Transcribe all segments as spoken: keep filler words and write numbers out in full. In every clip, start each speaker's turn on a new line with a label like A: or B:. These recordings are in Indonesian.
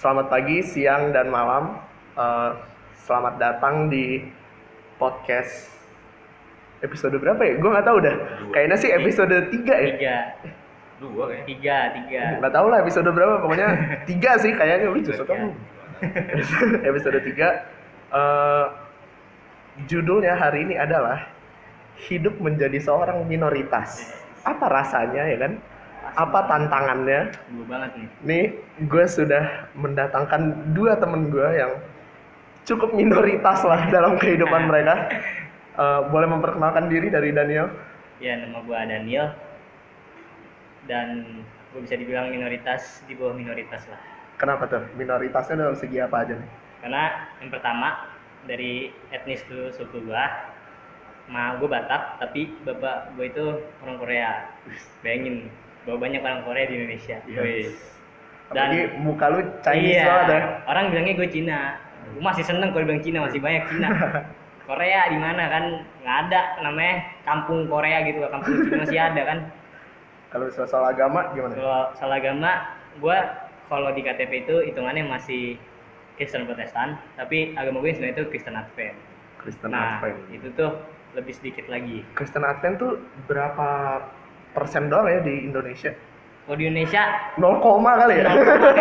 A: Selamat pagi, siang, dan malam. Uh, selamat datang di podcast episode berapa ya? Gue nggak tahu dah. Kayaknya sih episode tiga ya.
B: Tiga.
C: Dua ya?
B: Tiga, tiga.
A: Nggak tahu lah episode berapa. Pokoknya tiga sih kayaknya. Wih, justru kamu. Episode tiga. Uh, judulnya hari ini adalah hidup menjadi seorang minoritas. Apa rasanya ya kan? Apa tantangannya?
B: Gue banget nih.
A: Nih, gue sudah mendatangkan dua temen gue yang cukup minoritas lah dalam kehidupan mereka. Uh, boleh memperkenalkan diri dari Daniel?
B: Ya, nama gue Daniel. Dan gue bisa dibilang minoritas di bawah minoritas lah.
A: Kenapa tuh? Minoritasnya dalam segi apa aja nih?
B: Karena yang pertama dari etnis dulu suku gue. Ma gue Batak, tapi bapak gue itu orang Korea. Bayangin, bawa banyak orang Korea di Indonesia.
A: Yes.
B: Dan
A: apalagi muka lu Chinese
B: iya,
A: banget ya.
B: orang bilangnya gue Cina. Gue masih seneng kalau bilang Cina, masih banyak Cina. Korea di mana kan nggak ada namanya kampung Korea gitu, kampung Cina masih ada kan.
A: Kalau soal, soal agama gimana?
B: Kalau soal agama, gue kalau di K T P itu hitungannya masih Kristen Protestan, tapi agama gue sebenarnya itu Kristen Advent.
A: Kristen
B: Nah,
A: Advent.
B: itu tuh lebih sedikit lagi.
A: Kristen Advent tuh berapa persen doang ya di Indonesia?
B: Kalau di Indonesia
A: nol koma kali ya?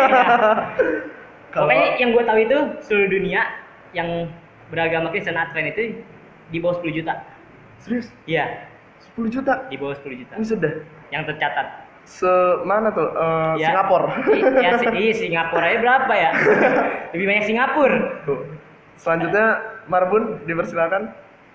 B: Kalau pokoknya yang gue tahu itu seluruh dunia yang beragama Kristen Advent itu di bawah sepuluh juta.
A: Serius?
B: Iya,
A: sepuluh juta?
B: di bawah sepuluh juta.
A: Ini sudah?
B: Yang tercatat.
A: Semana tuh? Uh,
B: ya,
A: Singapura?
B: Iya, si, iya, Singapura aja berapa ya? Lebih banyak Singapura.
A: Tuh. Selanjutnya Marbun dipersilakan.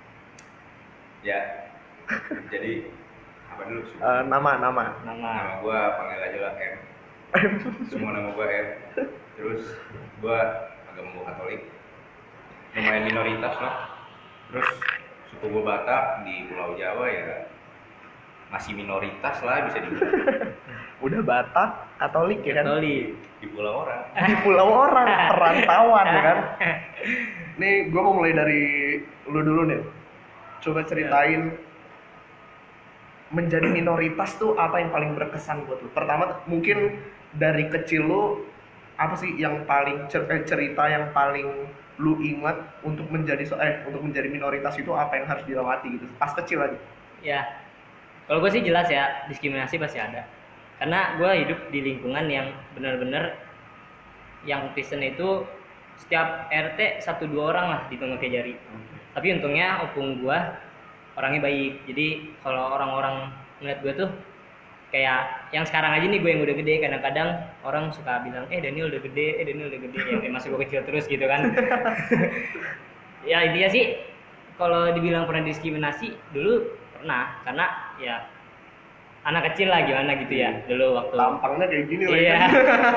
C: Ya, jadi apa dulu?
A: Uh, nama, nama.
B: Nama.
C: Nama gue panggil aja lah M. Semua nama gue M. Terus gue agama gue Katolik. Lumayan minoritas lah. Terus suku gue Batak di Pulau Jawa ya masih minoritas lah bisa dibilang.
A: Udah Batak, Katolik ya kan?
B: Katolik.
C: Di pulau orang.
A: Di pulau orang, perantauan ya kan? Nih gue mau mulai dari lu dulu nih. Coba ceritain menjadi minoritas tuh apa yang paling berkesan buat lu? Pertama mungkin dari kecil lu apa sih yang paling cer- cerita yang paling lu ingat untuk menjadi eh untuk menjadi minoritas itu apa yang harus dilewati gitu pas kecil aja?
B: Ya, kalau gue sih jelas ya diskriminasi pasti ada. Karena gue hidup di lingkungan yang benar-benar yang Kristen itu setiap R T satu dua orang lah dihitung pakai jari.
A: Okay.
B: Tapi untungnya opung gue orangnya baik. Jadi kalau orang-orang ngeliat gue tuh kayak yang sekarang aja nih gue yang udah gede, kadang-kadang orang suka bilang eh Daniel udah gede, eh Daniel udah gede, ya masih gue kecil terus gitu kan. Ya intinya sih kalau dibilang pernah diskriminasi dulu pernah, karena ya anak kecil lah gimana gitu ya dulu waktu
A: tampangnya kayak gini lah
B: iya.
A: Ya.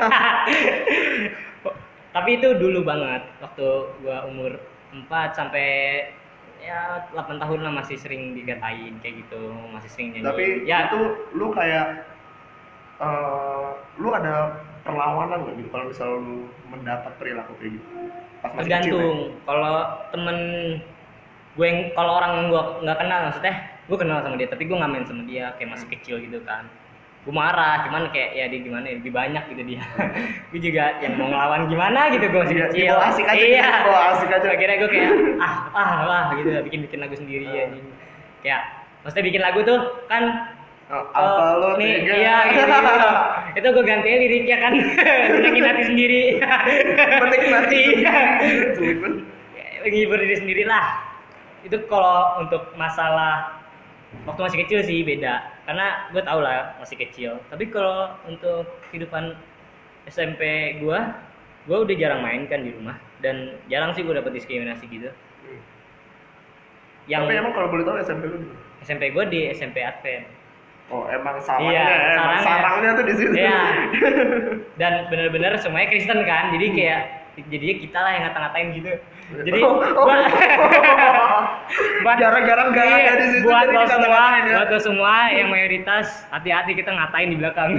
B: Tapi itu dulu banget waktu gue umur empat sampai ya delapan tahun lah masih sering dikatain kayak gitu, masih sering nyanyi.
A: Tapi
B: ya,
A: itu lu kayak uh, lu ada perlawanan nggak gitu kalau misalnya lu mendapat perilaku kayak gitu? Pas masih
B: tergantung.
A: kecil, ya?
B: Kalau temen gue yang kalau orang yang gue nggak kenal maksudnya, gue kenal sama dia tapi gue nggak main sama dia kayak masih kecil gitu kan. Gue marah, cuman kayak ya dia gimana ya, lebih banyak gitu dia. Gue juga yang mau ngelawan gimana gitu, gue masih
A: Iya,
B: kecil.
A: dibawa asik aja,
B: iya.
A: dibawa asik aja.
B: Akhirnya gue kayak ah ah lah gitu, bikin bikin lagu sendiri
A: uh.
B: ya. Kayak maksudnya bikin lagu tuh kan.
A: Oh, apa
B: oh,
A: lo
B: nih,
A: tega?
B: iya gitu, gitu. Itu gue ganti liriknya kan. Senengin hati sendiri.
A: Menikmati.
B: Menghibur diri sendiri lah. Itu kalau untuk masalah waktu masih kecil sih beda, karena gue tau lah masih kecil. Tapi kalau untuk kehidupan S M P gue, gue udah jarang main kan di rumah dan jarang sih gue dapet diskriminasi gitu.
A: Hmm.
B: Yang
A: Tapi emang kalau boleh tahu S M P lu?
B: S M P gue di S M P Advent.
A: Oh emang sarangnya,
B: iya,
A: emang
B: sarangnya.
A: sarangnya tuh di situ.
B: Iya. Dan benar-benar semuanya Kristen kan, jadi kayak jadinya kita lah yang ngata-ngatain gitu. Jadi
A: oh, oh,
B: buat,
A: oh.
B: buat
A: gara-gara nggak
B: iya,
A: ada di situ
B: buat
A: jadi
B: lo semua,
A: dikata-katain ya.
B: buat lo semua yang mayoritas hati-hati kita ngatain di belakang.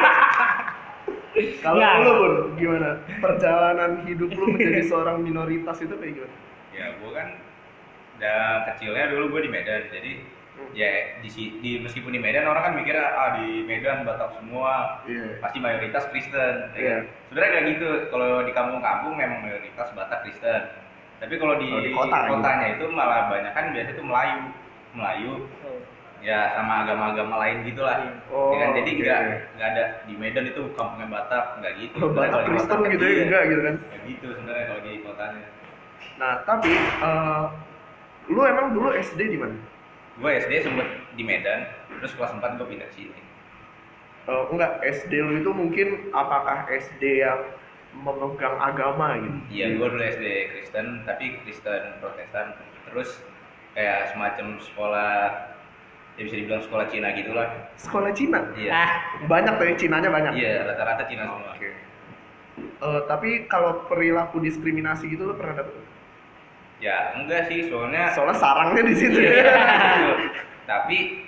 A: Kalau
B: Nggak.
A: lu Bun, gimana perjalanan hidup lu menjadi seorang minoritas itu kayak gimana?
C: Ya gue kan udah kecilnya dulu gue di Medan, jadi Ya di, si- di meskipun di Medan orang kan mikirnya ah di Medan Batak semua
A: Iya.
C: pasti mayoritas Kristen. Ya
A: Iya.
C: kan? Sebenarnya kayak gitu. Kalau di kampung-kampung memang mayoritas Batak Kristen. Tapi kalau di,
A: Kalau di kota,
C: kotanya itu malah banyak kan biasanya itu Melayu, Melayu
B: Oh.
C: ya sama agama-agama lain gitulah.
A: Oh,
C: Ya kan? Jadi
A: oke.
C: nggak nggak ada di Medan itu kampungnya Batak nggak gitu.
A: Oh,
C: Sebenarnya
A: Batak
C: kalau di
A: Kristen
C: kota kan
A: gitu ya,
C: iya.
A: enggak gitu kan.
C: Kayak gitu sebenarnya kalau di kotanya.
A: Nah, tapi eh, lu emang dulu S D di mana?
C: Gue S D sempet di Medan, terus kelas empat gue pindah ke sini.
A: Eh, enggak, S D lu itu mungkin apakah S D yang memegang agama gitu?
C: Iya, gue dulu S D Kristen, tapi Kristen Protestan. Terus kayak semacam sekolah, ya bisa dibilang sekolah Cina gitulah.
A: Sekolah Cina?
C: Iya,
B: Ah,
A: Banyak tuh ya, Cinanya banyak.
C: iya rata-rata Cina semua.
A: Oke. Eh, tapi kalau perilaku diskriminasi gitu lu pernah dapet?
C: Ya enggak sih, soalnya.
A: Soalnya sarangnya di situ ya.
C: Iya. Tapi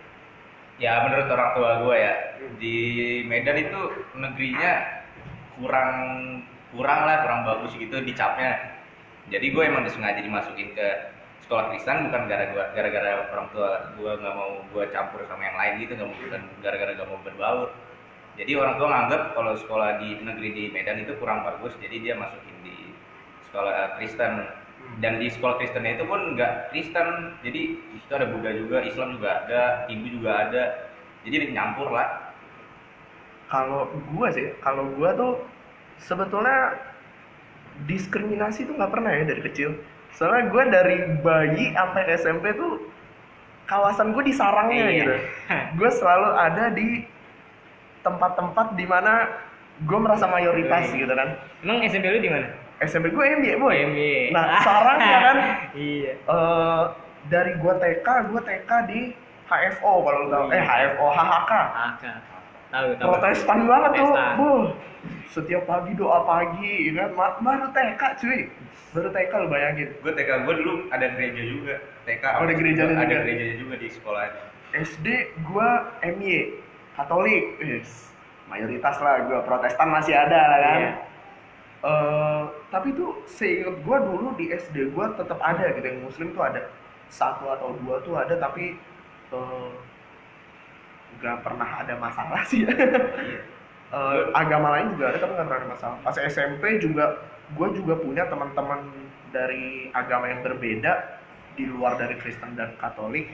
C: ya menurut orang tua gue ya di Medan itu negerinya kurang kurang lah kurang bagus gitu dicapnya. Jadi gue emang disengaja dimasukin ke sekolah Kristen bukan gara-gara gara-gara orang tua gue nggak mau gue campur sama yang lain gitu, nggak mau bukan gara-gara nggak mau berbaur. Jadi orang tua nganggap kalau sekolah di negeri di Medan itu kurang bagus, jadi dia masukin di sekolah eh, Kristen. Dan di sekolah Kristennya itu pun nggak Kristen, jadi di situ ada Buddha juga, Islam juga ada, Hindu juga ada, jadi nyampur lah.
A: Kalau gua sih, kalau gua tuh sebetulnya diskriminasi tuh nggak pernah ya dari kecil. Soalnya gua dari bayi sampai S M P tuh kawasan gua di sarangnya
B: Iya.
A: gitu. Gua selalu ada di tempat-tempat di mana gua merasa mayoritas gitu kan.
B: emang S M P lu di mana?
A: S M P gue M Y boy.
B: M Y.
A: Nah sarangnya kan
B: Iya.
A: eh dari gua T K, gua T K di H F O kalau lu tahu. Eh H F O H H K.
B: Aka. Tahu, tahu.
A: Protestan banget tuh.
B: Protestan.
A: Buh. Setiap pagi doa pagi, ya kan? Ma- Baru T K cuy. Baru T K lu bayangin.
C: Gue T K gue dulu ada gereja juga, T K
A: Oh, ada gerejanya
C: ada
A: juga.
C: gerejanya juga di sekolah.
A: S D gua M Y, Katolik. Yes. Mayoritas lah gua, Protestan masih ada lah kan.
B: Iya.
A: Eh, tapi tuh seinget gua dulu di S D gua tetap ada gitu yang muslim tuh ada satu atau dua tuh ada, tapi eh, nggak pernah ada masalah sih.
C: Iya.
A: Eh, agama lain juga ada tapi nggak pernah ada masalah. Pas S M P juga gue juga punya teman-teman dari agama yang berbeda di luar dari Kristen dan Katolik,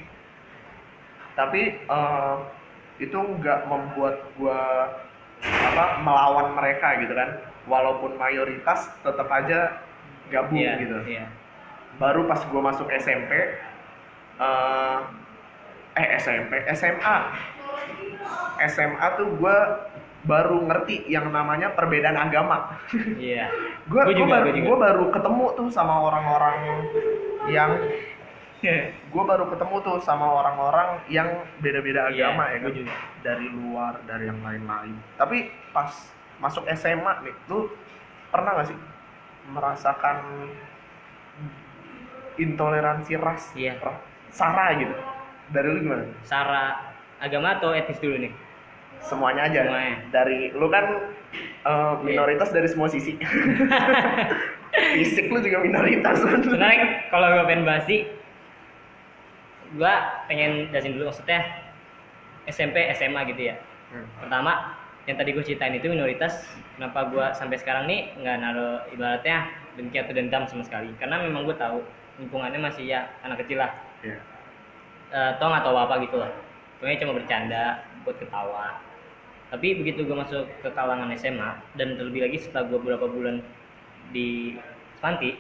A: tapi eh, itu nggak membuat gue apa melawan mereka gitu kan, walaupun mayoritas tetap aja gabung
B: Iya,
A: gitu.
B: Iya.
A: Baru pas gue masuk S M P eh eh S M P S M A S M A tuh gue baru ngerti yang namanya perbedaan agama.
B: Iya.
A: gue
B: Gua juga,
A: baru
B: gua juga.
A: gua baru ketemu tuh sama orang-orang yang gue baru ketemu tuh sama orang-orang yang beda-beda
B: Iya,
A: agama ya
B: gua
A: kan,
B: juga.
A: dari luar dari yang lain-lain. Tapi pas masuk S M A nih, lu pernah gak sih merasakan intoleransi ras,
B: Iya.
A: ra- sara gitu? Dari lu gimana?
B: Secara agama atau etnis dulu nih?
A: Semuanya aja.
B: Semuanya.
A: Dari lu kan eh, minoritas dari semua sisi. Fisik lu juga minoritas.
B: Sebenarnya kalau gue pengen bahas sih, gue pengen jelasin dulu maksudnya S M P S M A gitu ya.
A: Hmm.
B: Pertama, yang tadi gue ceritain itu minoritas. Kenapa gue sampai sekarang nih nggak naruh ibaratnya dengki atau dendam sama sekali? Karena memang gue tahu lingkungannya masih ya anak kecil lah.
A: Iya.
B: Eh, toh nggak tahu apa gitu lah. Pokoknya cuma bercanda, buat ketawa. Tapi begitu gue masuk ke kalangan S M A dan terlebih lagi setelah gue beberapa bulan di Spanti,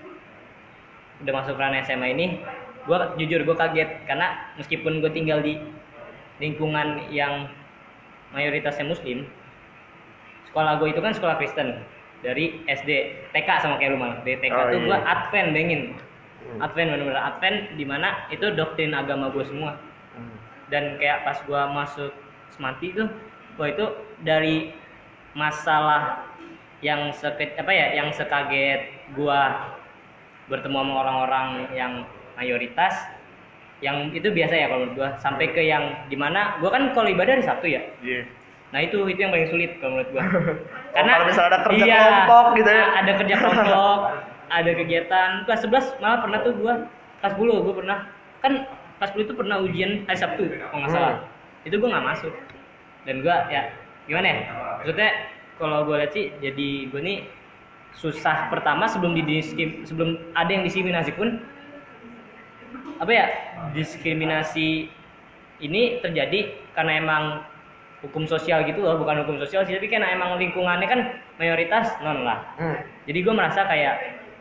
B: udah masuk ranah S M A ini, gue jujur gue kaget karena meskipun gue tinggal di lingkungan yang mayoritasnya Muslim, sekolah gue itu kan sekolah Kristen dari S D T K sama kayak lu malah dari T K
A: Oh,
B: tuh
A: iya.
B: gue Advent dengin,
A: Hmm.
B: Advent bener-bener Advent di mana itu doktrin agama gue semua.
A: Hmm.
B: Dan kayak pas gua masuk Semanti tuh, gua itu dari masalah yang seket apa ya, yang sekaget gua bertemu sama orang-orang yang mayoritas, yang itu biasa ya kalau menurut gua, sampai ke yang dimana gua kan kalau ibadah hari Sabtu ya.
A: Iya.
B: Nah itu itu yang paling sulit kalau menurut gua.
A: Oh, kalau misalnya ada kerja
B: iya,
A: kelompok gitu ya.
B: Ada kerja kelompok, ada kegiatan. Kelas sebelas malah pernah tuh gua, kelas sepuluh gua pernah. Kan kelas sepuluh itu pernah ujian hari Sabtu kalau nggak salah. Hmm. Itu gue nggak masuk. Dan gue ya gimana ya? Maksudnya kalau gue lihat sih jadi gue nih susah pertama sebelum di sebelum ada yang diskriminasi pun apa ya diskriminasi ini terjadi karena emang hukum sosial gitu loh, bukan hukum sosial sih, tapi karena emang lingkungannya kan mayoritas non lah. Hmm. Jadi gue merasa kayak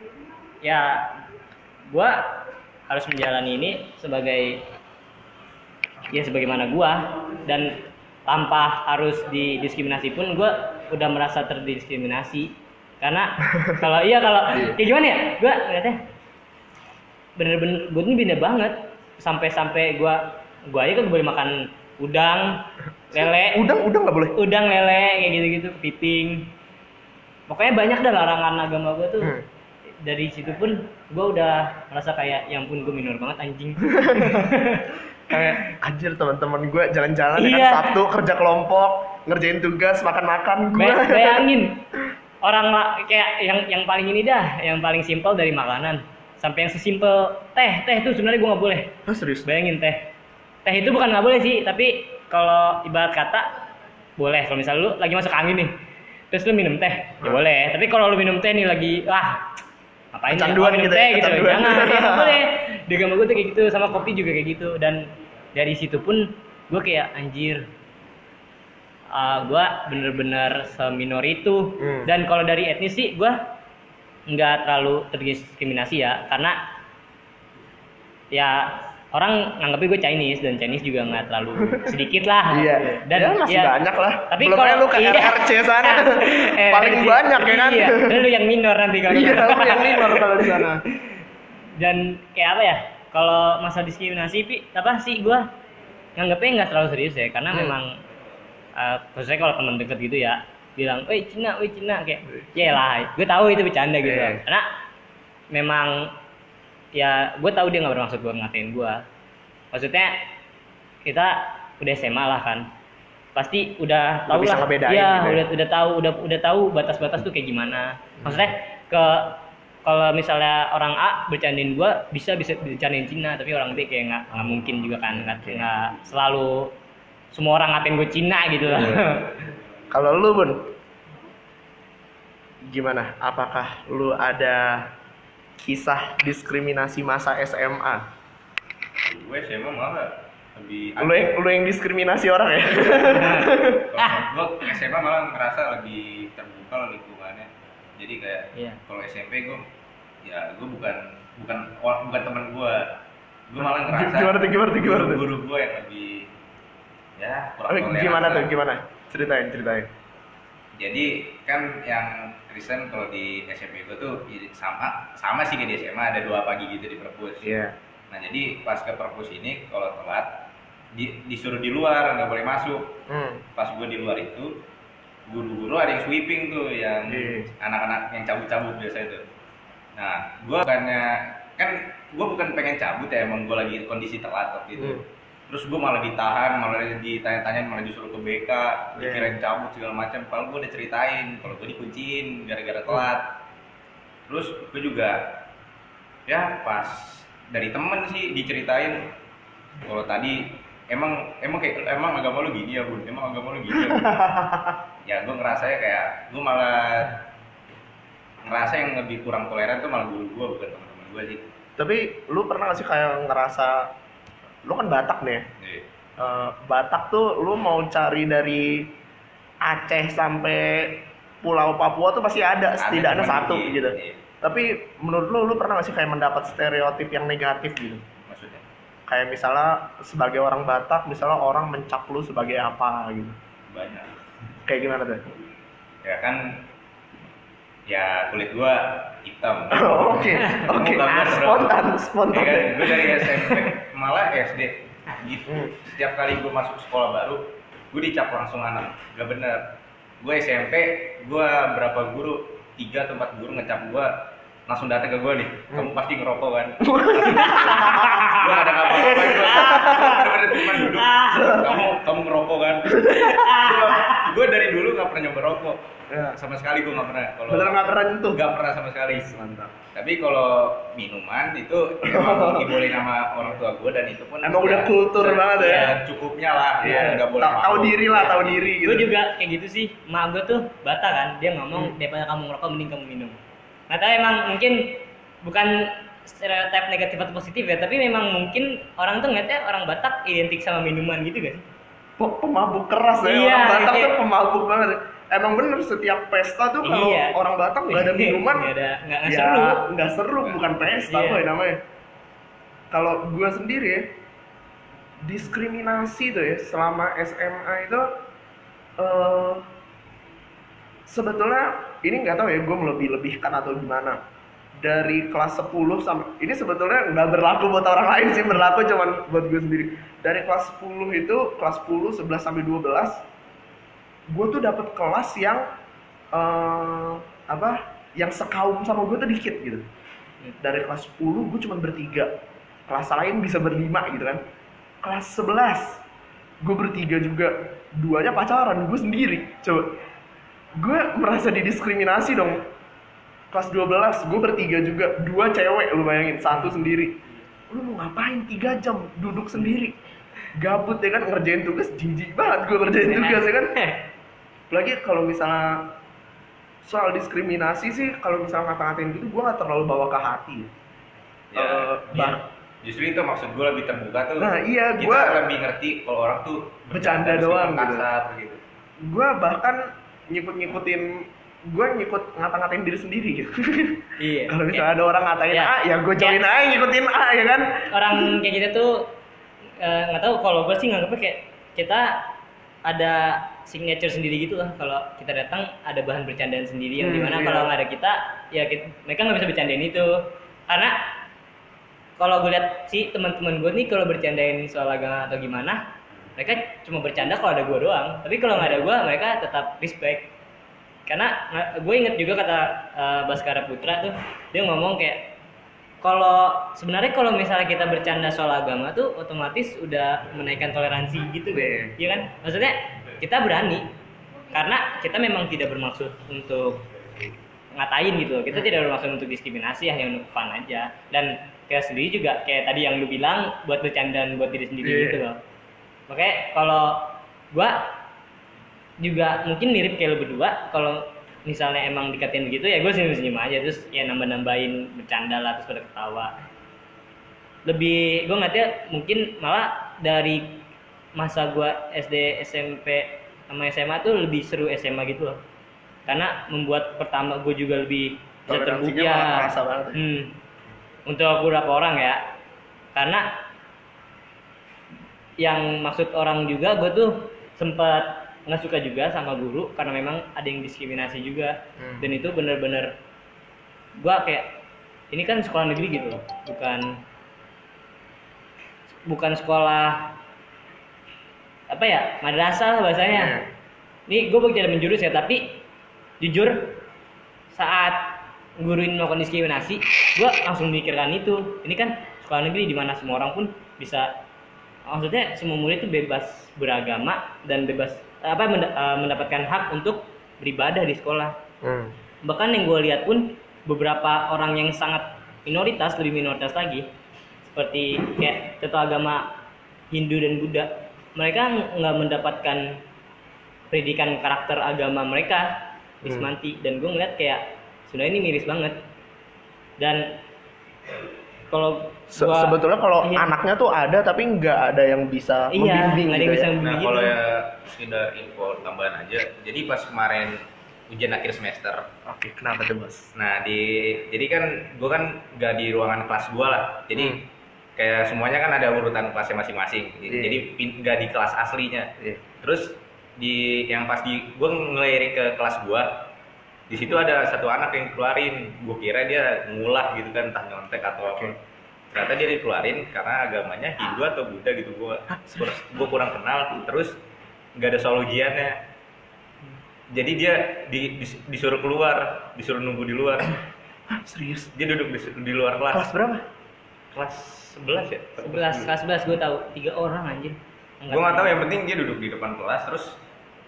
B: ya gue harus menjalani ini sebagai ya sebagaimana gue, dan tanpa harus didiskriminasi pun gue udah merasa terdiskriminasi karena kalau iya kalau kayak gimana ya gue ngeliatnya bener-bener gue ini beda banget sampai-sampai gue gue aja kan boleh makan udang lele
A: udang udang nggak boleh
B: udang lele kayak gitu-gitu kepiting pokoknya banyak dah larangan agama gue tuh. hmm. Dari situ pun gue udah merasa kayak ya ampun gue minor banget anjing.
A: Kayak anjir teman-teman gue jalan-jalan
B: iya.
A: ya kan Sabtu kerja kelompok ngerjain tugas makan-makan gue
B: Bay- bayangin orang kayak yang yang paling ini dah yang paling simpel dari makanan sampai yang sesimpel teh teh itu sebenarnya gue nggak boleh.
A: Oh, serius?
B: Bayangin teh teh itu bukan nggak boleh sih, tapi kalau ibarat kata boleh kalau misalnya lu lagi masuk angin nih terus lu minum teh ya hmm. boleh, tapi kalau lu minum teh nih lagi wah ngapain ya oh, minum gitu, teh gitu jangan ya nggak boleh. Di agama gue tuh kayak gitu, sama kopi juga kayak gitu. Dan dari situ pun gue kayak anjir uh, gue bener-bener seminor itu. hmm. Dan kalau dari etnis sih gue nggak terlalu terdiskriminasi ya, karena ya orang nganggapnya gue Chinese dan Chinese juga nggak terlalu sedikit lah.
A: Iya.
B: Dan
A: ya, masih ya, banyak lah.
B: Tapi
A: belum
B: kalau
A: lu ke
B: iya,
A: R R C sana eh, paling
B: iya,
A: banyak ya kan.
B: Iya. Lu yang minor nanti kalau.
A: Iya, lu yang minor kalau di sana.
B: Dan kayak apa ya? Kalau masalah diskriminasi, pi, apa sih gue nganggapnya nggak terlalu serius ya, karena hmm. memang uh, khususnya kalau teman deket gitu ya bilang, "Woi Cina, woi Cina," kayak, "Ya lah, gue tahu itu bercanda gitu." Yeah. Karena memang ya gue tahu dia nggak bermaksud buat ngatain gue. Maksudnya kita udah S M A lah kan, pasti udah tahu lah. Iya, gitu. udah udah tahu udah udah tahu batas-batas tuh kayak gimana. Maksudnya ke kalau misalnya orang A bercandain gue bisa bisa bercandain Cina, tapi orang B kayak nggak nggak mungkin juga kan, nggak selalu semua orang ngatain gue Cina gitu lah.
A: Kalau lu Bun, gimana? Apakah lu ada kisah diskriminasi masa S M A?
C: Gue S M A malah lebih
A: lu yang, lu yang diskriminasi orang ya?
C: Gue S M A malah ngerasa lebih terbuka lingkungannya. Jadi kayak yeah. kalau S M P gue ya gue bukan bukan bukan teman gue. Gue malah ngerasa
A: gimana tuh gimana tuh gimana tuh?
C: Guru gue yang lebih ya kurang
A: toleran. Gimana tuh gimana? Ceritain ceritain.
C: Jadi kan yang Kristen kalau di S M P gue tuh sama sama sih kayak di S M A, ada dua pagi gitu di perpus.
A: Iya. Yeah.
C: Nah jadi pas ke perpus ini kalau telat di, disuruh di luar, nggak boleh masuk. Hmm. Pas gue di luar itu guru-guru ada yang sweeping tuh, yang yeah. anak-anak yang cabut-cabut biasa itu. Nah gue bukannya kan gue bukan pengen cabut ya, emang gue lagi kondisi telat waktu itu. Hmm. Terus gue malah ditahan, malah ditanya-tanya, malah disuruh ke B K, yeah. dikirain cabut segala macam. Kalau gue udah ceritain, kalau gue dikunciin gara-gara telat. Terus gue juga, ya pas dari temen sih diceritain, kalau tadi emang emang kayak emang agama lu gini ya Bun, emang agama lu gini ya Bun. Ya gue ngerasanya kayak gue malah ngerasa yang lebih kurang toleran tuh malah guru gue, bukan teman-teman gue sih.
A: Tapi lu pernah gak sih kayak ngerasa, lu kan Batak nih, yeah. uh, Batak tuh lu mau cari dari Aceh sampai Pulau Papua tuh pasti ada, ada setidaknya satu di, gitu. Iya. Tapi menurut lu, lu pernah gak sih kayak mendapat stereotip yang negatif gitu?
C: Maksudnya?
A: Kayak misalnya sebagai orang Batak, misalnya orang mencap lu sebagai apa gitu?
C: Banyak.
A: Kayak gimana tuh?
C: Ya kan, ya kulit gua hitam.
A: Oke, oke. Spontan, spontan.
C: Ya kan, gue dari S M P malah S D gitu. Hmm. Setiap kali gue masuk sekolah baru, gue dicap langsung anak. Gak bener. Gue S M P, gue berapa guru, tiga atau empat guru ngecap gue, langsung datang ke gue nih. Kamu pasti ngerokok kan? Gue gak ada apa-apa. Gue bener-bener cuma duduk. Kamu kamu ngerokok kan? gue dari dulu nggak pernah nyoba rokok.
A: Ya.
C: Sama sekali gue nggak pernah. Kalau
A: Bener nggak pernah nyentuh?
C: nggak pernah sama sekali.
A: Mantap.
C: Tapi kalau minuman itu emang dibolehin sama orang tua gue dan itu pun
A: Emang udah kultur
C: se-
A: banget ya?
C: cukupnya lah,
A: Iya.
C: nggak boleh
A: Tahu- tahu
C: mabuk.
A: diri lah,
C: Iya.
A: tahu diri gitu.
B: Gue juga kayak gitu sih. Mak gue tuh bata kan, dia ngomong
A: Hmm.
B: daripada kamu ngerokok mending kamu minum. Nah, tapi emang mungkin bukan stereotip negatif atau positif ya, tapi memang mungkin orang tuh ngeliatnya orang Batak identik sama minuman gitu gak sih?
A: Pe- Pemabuk keras ya,
B: Iya,
A: orang Batak
B: kayak-
A: tuh pemabuk banget. Emang bener setiap pesta tuh kalau
B: Iya.
A: orang Batak nggak ada minuman,
B: Nggak ada, nggak nggak
A: ya,
B: seru.
A: nggak seru, bukan pesta
B: Iya.
A: boy namanya. Kalau gue sendiri ya, diskriminasi tuh ya selama S M A itu eh sebetulnya ini nggak tahu ya gue melebih-lebihkan atau gimana. Dari kelas sepuluh sampai ini sebetulnya nggak berlaku buat orang lain sih, berlaku cuman buat gue sendiri. Dari kelas sepuluh itu kelas sepuluh, sebelas sampai dua belas gue tuh dapet kelas yang eh apa? Yang sekaum sama gue tuh dikit gitu. Dari kelas sepuluh gue cuma bertiga. Kelas lain bisa berlima gitu kan. Kelas sebelas gue bertiga juga. Duanya pacaran, gue sendiri. Coba. Gue merasa didiskriminasi dong. Kelas dua belas gue bertiga juga. Dua cewek lu bayangin, satu sendiri. Lu mau ngapain tiga jam duduk sendiri? Gabut ya kan, ngerjain tugas, jijik banget gue ngerjain tugas ya kan. Apalagi kalau misalnya soal diskriminasi sih, kalau misalnya ngata-ngatain gitu gue gak terlalu bawa ke hati.
C: Ya,
A: Eh, bah-
C: justru itu maksud gue lebih terbuka tuh.
A: Nah, iya,
C: kita
A: gua-
C: lebih ngerti kalau orang tuh
A: Bercanda
C: meskipun
A: doang gitu.
C: kasar gitu.
A: Gue bahkan nyikut-nyikutin, gue nyikut ngata-ngatain diri sendiri gitu.
B: Iya.
A: Kalau misalnya ada orang ngatain
B: Iya.
A: A, ya gue join
B: Iya.
A: aja ngikutin A ya kan.
B: Orang kayak gitu tuh eh, nggak tahu, kalau gue sih nganggapnya kayak kita ada signature sendiri gitu lah. Kalau kita datang ada bahan bercandaan sendiri yang
A: Hmm,
B: dimana
A: iya.
B: kalau nggak ada kita ya kita, mereka nggak bisa bercandain itu. Karena kalau gue lihat sih teman-teman gue nih kalau bercandain soal agama atau gimana, mereka cuma bercanda kalau ada gue doang. Tapi kalau nggak ada gue, mereka tetap respect. Karena gue inget juga kata uh, Baskara Putra tuh, dia ngomong kayak kalau sebenarnya kalau misalnya kita bercanda soal agama tuh otomatis udah menaikkan toleransi gitu
A: Iya.
B: ya kan? Maksudnya kita berani karena kita memang tidak bermaksud untuk ngatain gitu loh. Kita tidak bermaksud untuk diskriminasi, hanya untuk fun aja. Dan kita sendiri juga kayak tadi yang lu bilang buat bercandaan buat diri sendiri
A: Iya.
B: gitu loh. Makanya kalau gua juga mungkin mirip kayak lu berdua, kalau misalnya emang dikatain begitu ya gue senyum-senyum aja, terus ya nambah-nambahin bercanda lah, terus pada ketawa. Lebih gue ngeliatnya mungkin malah dari masa gue S D, S M P sama S M A tuh lebih seru S M A gitu loh, karena membuat pertama gue juga lebih bisa terbuka
A: Toleransinya malah kerasa banget ya.
B: hmm, untuk beberapa orang ya, karena yang maksud orang juga gue tuh sempat nggak suka juga sama guru karena memang ada yang diskriminasi juga.
A: Hmm.
B: Dan itu bener-bener gue kayak ini kan sekolah negeri gitu loh, bukan bukan sekolah apa ya, madrasah lah bahasanya.
A: Yeah.
B: Ini gue berbicara menjurus ya, tapi jujur saat guruin melakukan diskriminasi, gue langsung memikirkan itu. Ini kan sekolah negeri di mana semua orang pun bisa, maksudnya semua murid itu bebas beragama dan bebas apa mend- uh, mendapatkan hak untuk beribadah di sekolah.
A: Hmm.
B: Bahkan yang gue lihat pun beberapa orang yang sangat minoritas, lebih minoritas lagi, seperti kayak contoh agama Hindu dan Buddha, mereka nggak mendapatkan pendidikan karakter agama mereka di
A: Hmm.
B: Semanti. Dan gue ngeliat kayak sebenarnya ini miris banget. Dan kalau
A: Se-
B: gua-
A: sebetulnya kalau
B: iya.
A: anaknya tuh ada tapi nggak ada yang bisa
B: Iya,
A: membimbing
B: nggak ada
A: gitu
B: yang bisa
A: ya.
B: membimbing.
C: Nah
B: Begitu.
C: kalau ya sekedar info tambahan aja, jadi pas kemarin ujian akhir semester,
A: Oke, kenapa tuh bos?
C: nah di jadi kan gue kan gak di ruangan kelas gue lah, jadi
A: Hmm.
C: kayak semuanya kan ada urutan kelasnya masing-masing,
A: Iya.
C: jadi pin- gak di kelas aslinya.
A: Iya.
C: Terus di yang pas di gue ngelirik ke kelas gue, di situ ada satu anak yang keluarin, gue kira dia ngulah gitu kan, entah nyontek atau apa.
A: Oke.
C: Ternyata dia dikeluarin karena agamanya Hindu atau Buddha gitu, gue gue kurang kenal. Terus nggak ada soal ujiannya, jadi dia di, dis- disuruh keluar, disuruh nunggu di luar.
A: Hah, serius?
C: Dia duduk di, di luar kelas.
A: Kelas berapa?
C: Kelas sebelas ya?
B: sebelas kelas sebelas gue tahu tiga orang anjir.
C: Gue nggak tahu, yang penting dia duduk di depan kelas, terus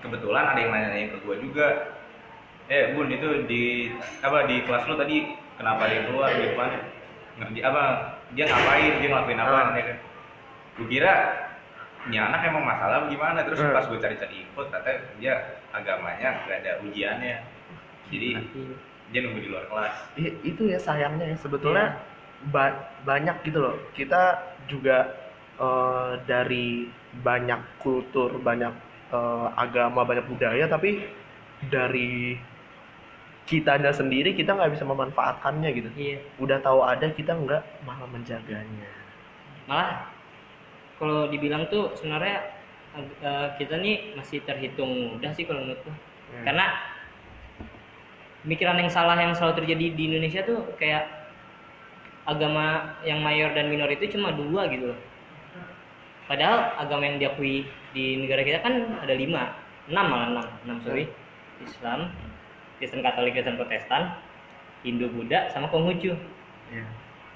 C: kebetulan ada yang nanya ke gue juga, eh Bun itu di apa di kelas lu tadi kenapa dia keluar di depan, ngerti apa dia ngapain, dia ngelakuin apa
A: Ah.
C: ya kan? Gue kira ini anak emang masalah gimana, terus
A: Hmm.
C: pas gue cari-cari info ternyata dia agamanya gak ada ujiannya, jadi dia nunggu di luar kelas.
A: I- itu ya sayangnya ya sebetulnya ba- banyak gitu loh, kita juga eh, dari banyak kultur, banyak eh, agama, banyak budaya, tapi dari kitanya sendiri kita nggak bisa memanfaatkannya gitu.
B: Iya.
A: Udah tahu ada, kita nggak malah menjaganya.
B: Malah kalau dibilang tuh sebenarnya eh, kita nih masih terhitung mudah sih kalau menurutku.
A: Hmm.
B: Karena pemikiran yang salah yang selalu terjadi di Indonesia tuh kayak agama yang mayor dan minor itu cuma dua gitu loh. Padahal agama yang diakui di negara kita kan ada lima, enam malah enam, enam sorry. Islam, Kristen Katolik, Kristen Protestan, Hindu, Buddha, sama Konghucu.
A: Iya.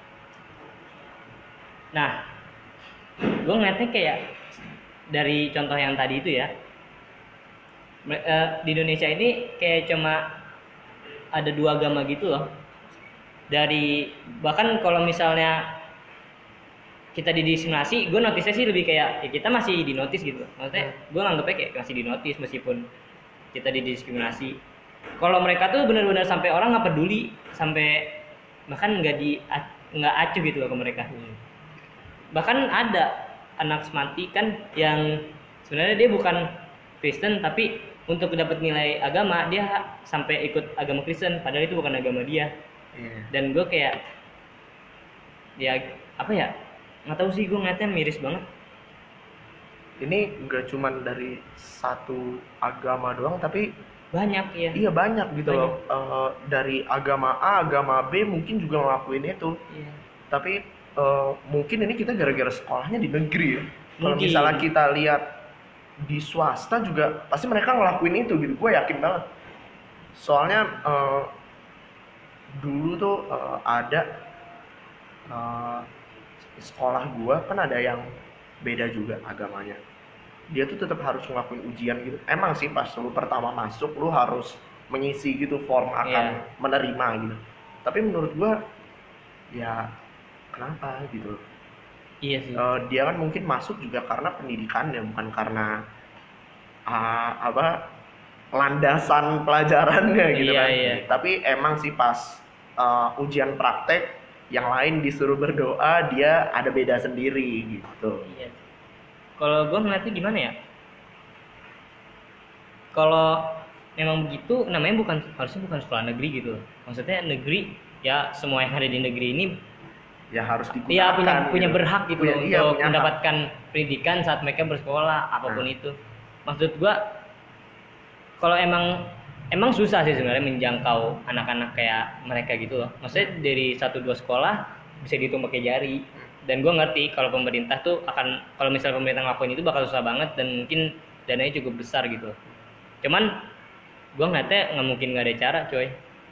B: Nah, gue ngeliatnya kayak dari contoh yang tadi itu ya, me- eh, di Indonesia ini kayak cuma ada dua agama gitu loh. Dari bahkan kalau misalnya kita didiskriminasi, gue notisnya sih lebih kayak ya kita masih dinotis gitu. Maksudnya gue nganggepnya kayak masih dinotis meskipun kita didiskriminasi. Kalau mereka tuh benar-benar sampai orang nggak peduli, sampai bahkan nggak di nggak acuh gitu loh ke mereka. Bahkan ada anak semanti kan yang sebenarnya dia bukan Kristen tapi untuk dapat nilai agama dia sampai ikut agama Kristen padahal itu bukan agama dia.
A: Iya.
B: Dan gue kayak ya apa ya, nggak tahu sih, gue ngeliatnya miris banget.
A: Ini nggak cuman dari satu agama doang, tapi
B: Banyak ya.
A: iya banyak gitu
B: Banyak.
A: loh. Eh, dari agama A, agama B mungkin juga ngelakuin itu.
B: Iya.
A: Tapi eh, mungkin ini kita gara-gara sekolahnya di negeri ya. Kalau
B: Mungkin.
A: misalnya kita lihat di swasta juga pasti mereka ngelakuin itu gitu. Gue yakin banget. Soalnya eh, dulu tuh eh, ada eh, sekolah gue kan ada yang beda juga agamanya. Dia tuh tetap harus ngelakuin ujian gitu. Emang sih pas lu pertama masuk lu harus mengisi gitu form akan
B: Iya.
A: menerima gitu. Tapi menurut gue ya kenapa gitu.
B: Iya sih.
A: Eh, dia kan mungkin masuk juga karena pendidikannya, bukan karena ah, apa landasan pelajarannya gitu
B: Iya,
A: kan.
B: iya.
A: Tapi emang sih pas eh, ujian praktek yang lain disuruh berdoa, dia ada beda sendiri gitu.
B: Iya. Kalau gue ngeliatnya gimana ya? Kalau memang begitu, namanya bukan harusnya bukan sekolah negeri gitu. Maksudnya negeri ya semua yang ada di negeri ini
A: Ya harus digunakan.
B: ya punya
A: gitu.
B: punya berhak gitu
A: Punya-
B: loh
A: iya,
B: untuk
A: punya hak.
B: mendapatkan pendidikan saat mereka bersekolah apapun
A: Nah.
B: itu. Maksud gue kalau emang emang susah sih sebenarnya menjangkau anak-anak kayak mereka gitu loh. Maksudnya dari satu dua sekolah bisa dihitung pakai jari. Dan gue ngerti kalau pemerintah tuh akan kalau misalnya pemerintah ngelakuin itu bakal susah banget dan mungkin dananya cukup besar gitu. Cuman gue ngeliatnya nggak mungkin nggak ada cara coy.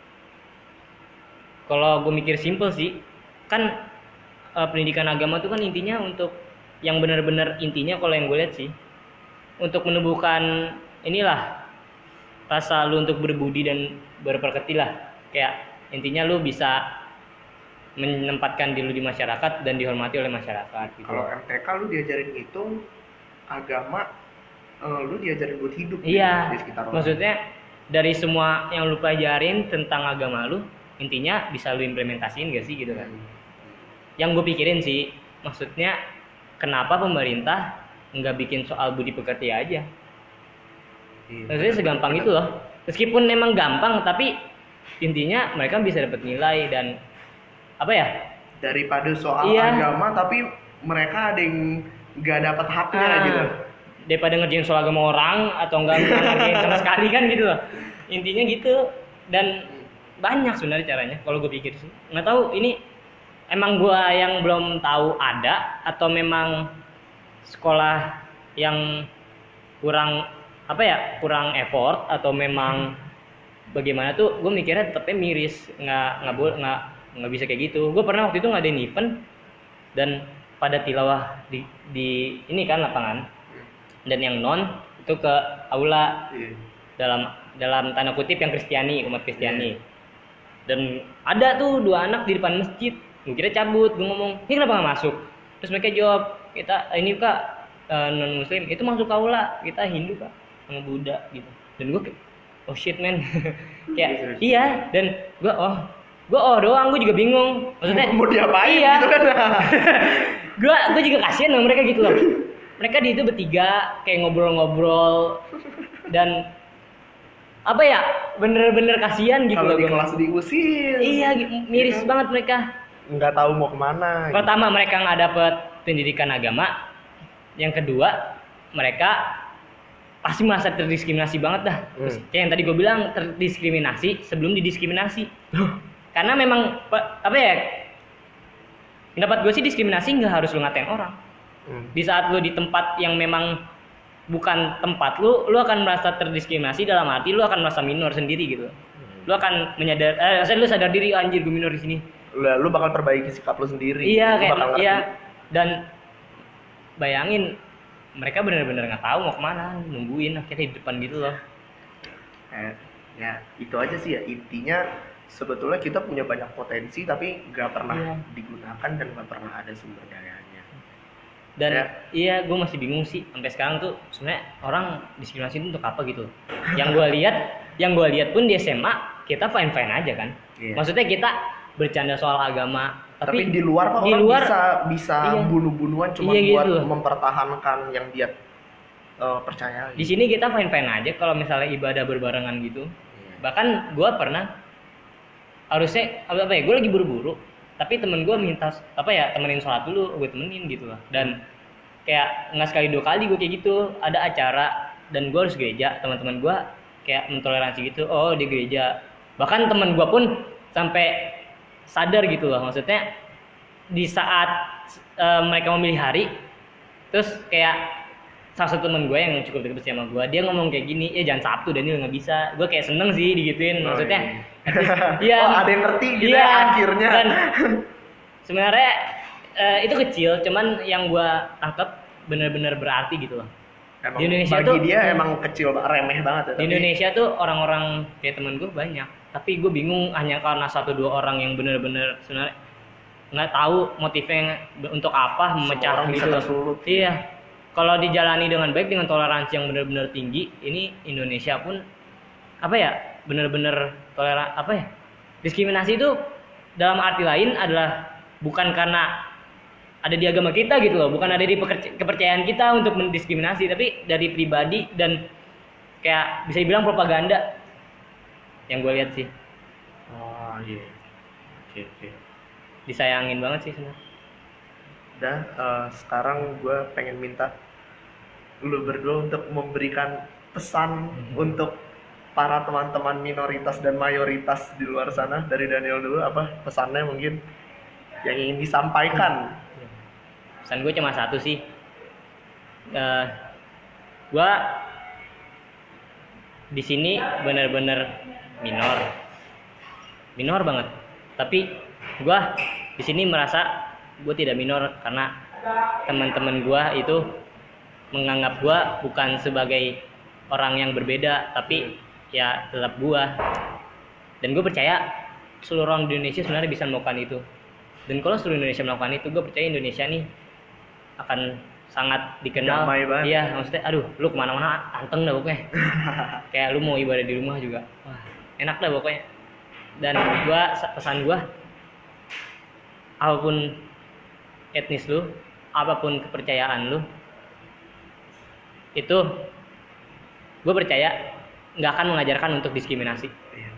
B: Kalau gue mikir simple sih, kan eh, pendidikan agama tuh kan intinya untuk yang benar-benar intinya kalau yang gue lihat sih untuk menumbuhkan inilah rasa lu untuk berbudi dan berperketi lah. Kayak intinya lu bisa menempatkan diri lu di masyarakat dan dihormati oleh masyarakat gitu.
A: Kalau M T K lu diajarin hitung, agama eh, lu diajarin buat hidup gitu,
B: Iya,
A: di sekitar orang.
B: maksudnya dari semua yang lu pelajarin tentang agama lu, intinya bisa lu implementasiin gak sih gitu kan? Yang gue pikirin sih, maksudnya kenapa pemerintah nggak bikin soal budi pekerti aja?
A: Iya.
B: Maksudnya segampang itu loh. Meskipun memang gampang, tapi intinya mereka bisa dapat nilai dan apa ya?
A: Daripada soal
B: Iya.
A: agama tapi mereka ada yang nggak dapat haknya
B: Ah,
A: gitu.
B: daripada ngerjain soal agama orang atau enggak ngerjain sama sekali kan gitu loh. Intinya gitu. Dan banyak sebenarnya caranya kalau gue pikir sih. Nggak tahu ini emang gue yang belum tahu ada atau memang sekolah yang kurang apa ya kurang effort atau memang bagaimana tuh gue mikirnya tetapnya miris nggak nggak boleh nggak nggak bisa kayak gitu. Gue pernah waktu itu ngadain event dan pada tilawah di, di ini kan lapangan dan yang non itu ke aula
A: Iya.
B: dalam dalam tanda kutip yang Kristiani, umat Kristiani. Dan ada tuh dua anak di depan masjid. Gue kira cabut, gue ngomong, "Ini kenapa nggak masuk?" Terus mereka jawab, "Kita ini Kak non muslim, itu masuk aula, kita Hindu Kak, sama Buddha gitu." Dan gue kayak, "Oh shit man." Kayak iya, dan gue oh gue oh doang, gue juga bingung. Maksudnya
A: Mau diapain
B: iya.
A: gitu kan?
B: gue gue juga kasihan sama mereka gitu loh. Mereka di itu bertiga kayak ngobrol-ngobrol dan apa ya, bener-bener kasihan gitu
A: Kalau
B: loh
A: di
B: gua.
A: kelas diusir.
B: Iya, miris
A: Iya.
B: banget mereka.
A: Nggak tahu mau kemana. gitu.
B: Pertama mereka nggak dapet pendidikan agama. Yang kedua mereka pasti merasa terdiskriminasi banget dah. Terus,
A: Hmm.
B: kayak yang tadi gue bilang, terdiskriminasi sebelum didiskriminasi. Karena memang pa- apa ya? Pendapat gue sih diskriminasi nggak harus lu ngatain orang.
A: Hmm.
B: Di saat lu di tempat yang memang bukan tempat lu, lu akan merasa terdiskriminasi dalam arti lu akan merasa minor sendiri gitu. Lu akan menyadar, eh, rasanya lu sadar diri, anjir gue minor di sini.
A: Lah, lu bakal perbaiki sikap lu sendiri.
B: Iya
A: Lu
B: kayak
A: bakal ngerti.
B: iya, dan bayangin mereka benar-benar nggak tahu mau kemana, nungguin akhirnya di depan gitu loh.
A: Eh, ya itu aja sih ya, intinya sebetulnya kita punya banyak potensi tapi nggak pernah
B: Iya.
A: digunakan dan nggak pernah ada sumber dayanya.
B: Dan
A: Ya.
B: iya gue masih bingung sih sampai sekarang tuh sebenarnya orang diskriminasi itu untuk apa gitu. Yang gue lihat, yang gue lihat pun di S M A kita fine fine aja kan.
A: Iya.
B: Maksudnya kita bercanda soal agama,
A: Tapi,
B: tapi,
A: di luar kok
B: di
A: orang
B: luar
A: bisa bisa
B: iya.
A: bunuh-bunuhan cuma
B: Iya
A: buat
B: gitu.
A: mempertahankan yang dia eh, percaya.
B: di sini kita fine fine aja kalau misalnya ibadah berbarengan gitu.
A: Iya.
B: Bahkan gue pernah harusnya apa ya, gue lagi buru-buru tapi temen gue minta apa ya, temenin sholat dulu, gue temenin gitu lah. Dan kayak nggak sekali dua kali gue kayak gitu, ada acara dan gue harus gereja, teman-teman gue kayak mentoleransi gitu, oh di gereja. Bahkan temen gue pun sampai sadar gitu loh, maksudnya di saat uh, mereka memilih hari, terus kayak salah satu temen gue yang cukup dekat sama gue, dia ngomong kayak gini, ya jangan Sabtu Daniel nggak bisa. Gue kayak seneng sih digituin,
A: Oh,
B: maksudnya
A: iya.
B: iya,
A: Oh, ada yang ngerti gitu
B: iya,
A: ya akhirnya.
B: Dan sebenarnya eh, itu kecil, cuman yang gue tangkap benar-benar berarti gitu loh.
A: Emang
B: Di Indonesia
A: bagi
B: tuh-
A: dia emang kecil, remeh banget ya,
B: Di
A: tapi-
B: Indonesia tuh orang-orang kayak temen gue banyak, tapi gue bingung hanya karena satu dua orang yang benar-benar sebenarnya nggak tahu motifnya untuk apa memecah
A: orang bisa
B: gitu loh.
A: tersulut.
B: Iya, kalau dijalani dengan baik dengan toleransi yang benar-benar tinggi, ini Indonesia pun apa ya, benar-benar toleran apa ya, diskriminasi itu dalam arti lain adalah bukan karena ada di agama kita gitu loh, bukan ada di pekerja- kepercayaan kita untuk mendiskriminasi, tapi dari pribadi dan kayak bisa dibilang propaganda yang gue lihat sih.
A: Oh iya. Oke oke.
B: Disayangin banget sih sebenarnya.
A: Dan eh, sekarang gue pengen minta lu berdua untuk memberikan pesan untuk para teman-teman minoritas dan mayoritas di luar sana. Dari Daniel dulu, apa pesannya mungkin yang ingin disampaikan?
B: Pesan gue cuma satu sih. Eh, gue di sini benar-benar minor, minor banget. Tapi gue di sini merasa gue tidak minor karena teman-teman gue itu menganggap gue bukan sebagai orang yang berbeda, tapi ya tetap gue. Dan gue percaya seluruh orang di Indonesia sebenarnya bisa melakukan itu. Dan kalau seluruh Indonesia melakukan itu, gue percaya Indonesia nih akan sangat dikenal.
A: Damai banget.
B: Iya, maksudnya aduh lu kemana-mana anteng dah pokoknya. Kayak lu mau ibadah di rumah juga, wah enak dah pokoknya. Dan gua pesan gua, apapun etnis lu, apapun kepercayaan lu, itu gue percaya nggak akan mengajarkan untuk diskriminasi.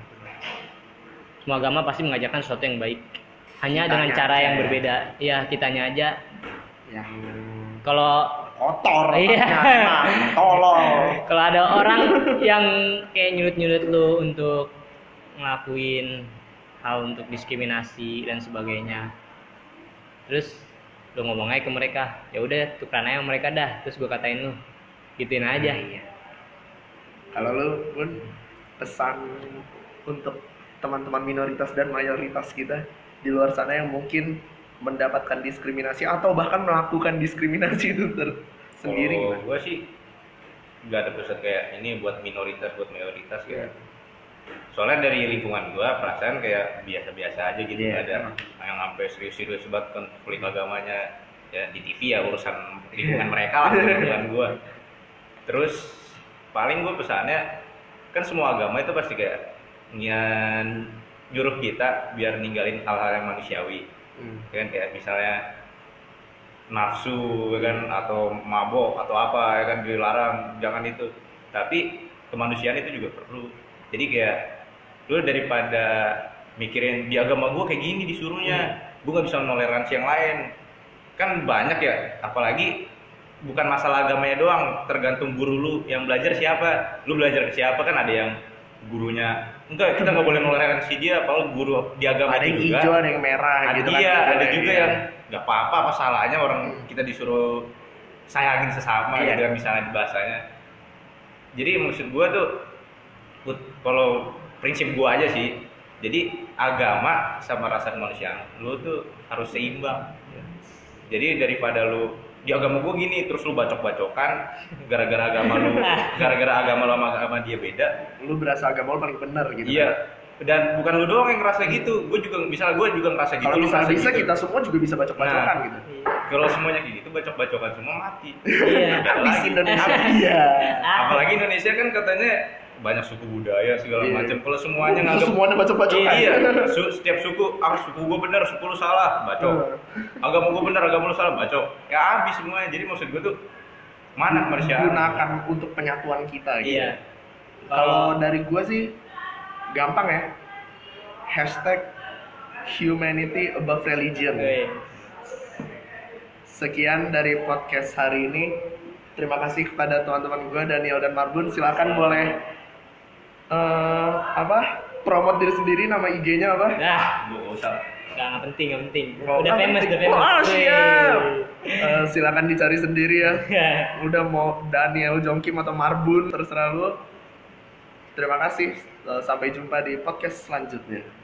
B: Semua agama pasti mengajarkan sesuatu yang baik, hanya
A: Kitanya
B: dengan cara
A: aja
B: yang
A: ya.
B: berbeda. Ya kitanya aja.
A: Yang
B: Kalau
A: kotor,
B: Iya.
A: otaknya, tolol.
B: kalau ada orang yang kayak nyulut-nyulut lu untuk ngelakuin hal untuk diskriminasi dan sebagainya, terus lu ngomong aja ke mereka, ya udah tukeran aja sama mereka dah, terus gue katain lu, gituin aja.
A: Iya. Kalau lu pun pesan untuk teman-teman minoritas dan mayoritas kita di luar sana yang mungkin mendapatkan diskriminasi atau bahkan melakukan diskriminasi itu ter- sendiri
C: Kalau
A: gimana?
C: gue sih nggak ada pusat kayak ini buat minoritas buat mayoritas kayak. Soalnya dari lingkungan gua perasaan kayak biasa-biasa aja gitu,
A: Iya,
C: nggak ada yang sampai serius-serius banget konflik agamanya. Ya di T V ya urusan lingkungan mereka lah, bukan lingkungan gua. Terus paling gua pesannya kan semua agama itu pasti kayak nyan nyuruh kita biar ninggalin hal-hal yang manusiawi.
A: Hmm.
C: Kan kayak misalnya nafsu ya kan atau mabok atau apa ya kan dilarang, jangan itu. Tapi kemanusiaan itu juga perlu. Jadi kayak lu daripada mikirin di agama gua kayak gini disuruhnya, gua nggak bisa toleransi yang lain. Kan banyak ya, apalagi bukan masalah agamanya doang, tergantung guru lu yang belajar siapa. Lu belajar ke siapa, kan ada yang gurunya enggak, kita nggak boleh toleransi dia, apalagi guru di agama
A: Ada yang
C: itu juga
A: hijau, ada yang merah
C: ada,
A: gitu
C: iya,
A: kan.
C: ada juga
A: Iya.
C: yang nggak apa-apa, apa salahnya orang kita disuruh sayangin sesama
A: Iya.
C: gitu kan misalnya di bahasanya. Jadi maksud gua tuh put- kalau prinsip gua aja sih, jadi agama sama rasa kemanusiaan lu tuh harus seimbang. Jadi daripada lu di agama gua gini terus lu bacok-bacokan gara-gara agama lu gara-gara agama lu sama agama dia beda.
A: Lu berasa agama lu paling benar gitu.
C: Iya. Dan bukan lu doang yang ngerasa gitu, gue juga misalnya gue juga ngerasa gitu.
A: Kalau
C: lu
A: misalnya
C: ngerasa
A: bisa
C: gitu.
A: kita semua juga bisa bacok-bacokan
C: Nah.
A: gitu.
C: Kalau semuanya kayak gitu bacok-bacokan semua mati.
B: Iya.
C: Nggak ada
A: Habis
C: lagi.
A: Indonesia. Iya.
C: Apalagi Indonesia kan katanya banyak suku budaya segala
A: Iya.
C: macam. Kalau semuanya
A: Terus
C: nganggap
A: semuanya bacok-bacokan.
C: iya, su- setiap suku, ah suku gua benar, suku lu salah, bacok. Agama gua benar, agama lu salah, bacok. Ya habis semuanya. Jadi maksud gua tuh mana kemanusiaan?
A: Gunakan untuk penyatuan kita gitu.
B: Iya.
A: Kalau dari gua sih gampang ya. Hashtag humanity above religion.
B: Weh.
A: Sekian dari podcast hari ini. Terima kasih kepada teman-teman gue Daniel dan Marbun. Silakan boleh eh apa? Promote diri sendiri, nama I G-nya apa?
B: Nah,
C: Gua nggak usah.
B: nggak nggak penting, nggak penting.
A: Oh,
B: Udah
A: nggak
B: famous,
A: penting.
B: udah famous.
A: Oh, siap.
B: Weh.
A: Eh, silakan dicari sendiri ya. Udah mau Daniel, Jongkim atau Marbun terserah lu. Terima kasih. Eh, Sampai jumpa di podcast selanjutnya.